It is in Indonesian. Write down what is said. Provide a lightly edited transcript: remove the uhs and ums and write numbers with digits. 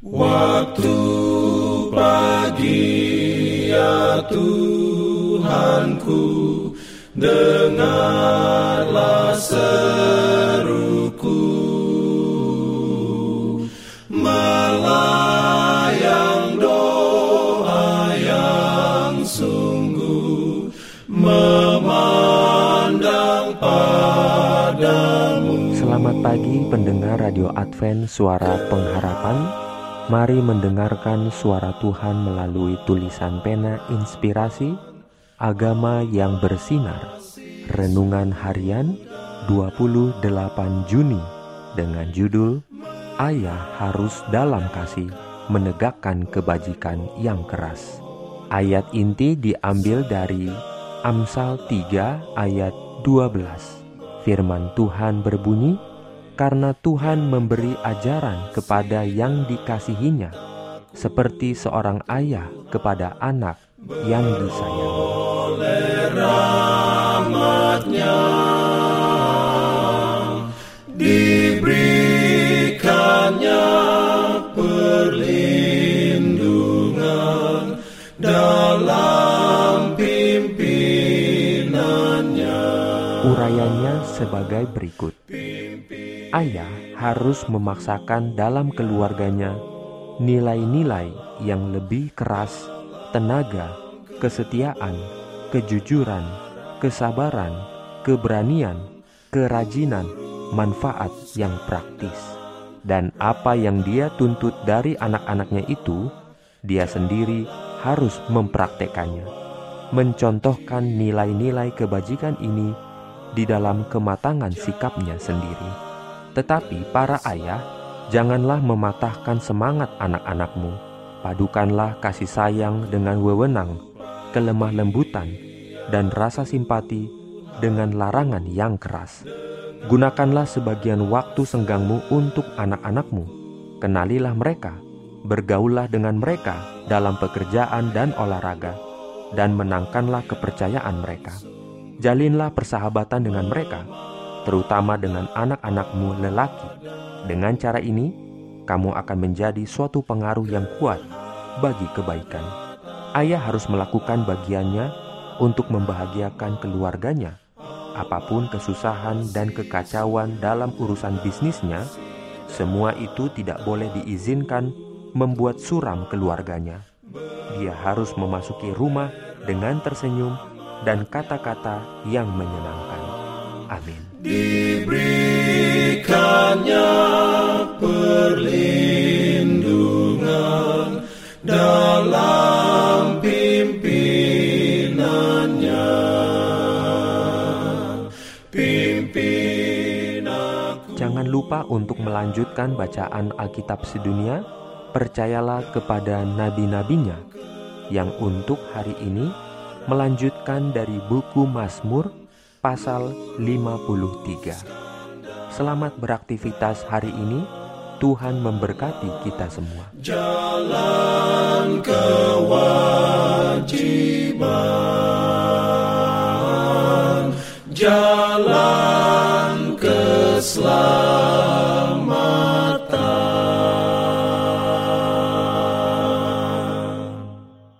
Waktu pagi ya Tuhanku, dengarlah seruku, melayang doa yang sungguh, memandang padamu. Selamat pagi pendengar Radio Advent Suara Pengharapan. Mari mendengarkan suara Tuhan melalui tulisan pena inspirasi Agama yang Bersinar. Renungan harian 28 Juni dengan judul Ayah Harus Dalam Kasih Menegakkan Kebajikan yang Keras. Ayat inti diambil dari Amsal 3 ayat 12. Firman Tuhan berbunyi, karena Tuhan memberi ajaran kepada yang dikasihinya, seperti seorang ayah kepada anak yang disayang. Oleh rahmat-Nya diberikannya perlindungan dalam pimpinannya. Urayanya sebagai berikut. Ayah harus memaksakan dalam keluarganya nilai-nilai yang lebih keras, tenaga, kesetiaan, kejujuran, kesabaran, keberanian, kerajinan, manfaat yang praktis. Dan apa yang dia tuntut dari anak-anaknya itu, dia sendiri harus mempraktekannya, mencontohkan nilai-nilai kebajikan ini di dalam kematangan sikapnya sendiri. Tetapi para ayah, janganlah mematahkan semangat anak-anakmu. Padukanlah kasih sayang dengan wewenang, kelemah lembutan, dan rasa simpati dengan larangan yang keras. Gunakanlah sebagian waktu senggangmu untuk anak-anakmu. Kenalilah mereka, bergaullah dengan mereka dalam pekerjaan dan olahraga, dan menangkanlah kepercayaan mereka. Jalinlah persahabatan dengan mereka, terutama dengan anak-anakmu lelaki. Dengan cara ini, kamu akan menjadi suatu pengaruh yang kuat bagi kebaikan. Ayah harus melakukan bagiannya untuk membahagiakan keluarganya. Apapun kesusahan dan kekacauan dalam urusan bisnisnya, semua itu tidak boleh diizinkan membuat suram keluarganya. Dia harus memasuki rumah dengan tersenyum dan kata-kata yang menyenangkan. Amin. Diberikannya perlindungan dalam pimpinannya. Pimpin aku. Jangan lupa untuk melanjutkan bacaan Alkitab sedunia. Percayalah kepada nabi-nabinya yang untuk hari ini melanjutkan dari buku Mazmur pasal 53. Selamat beraktivitas hari ini. Tuhan memberkati kita semua. Jalan kewajiban, jalan keselamatan.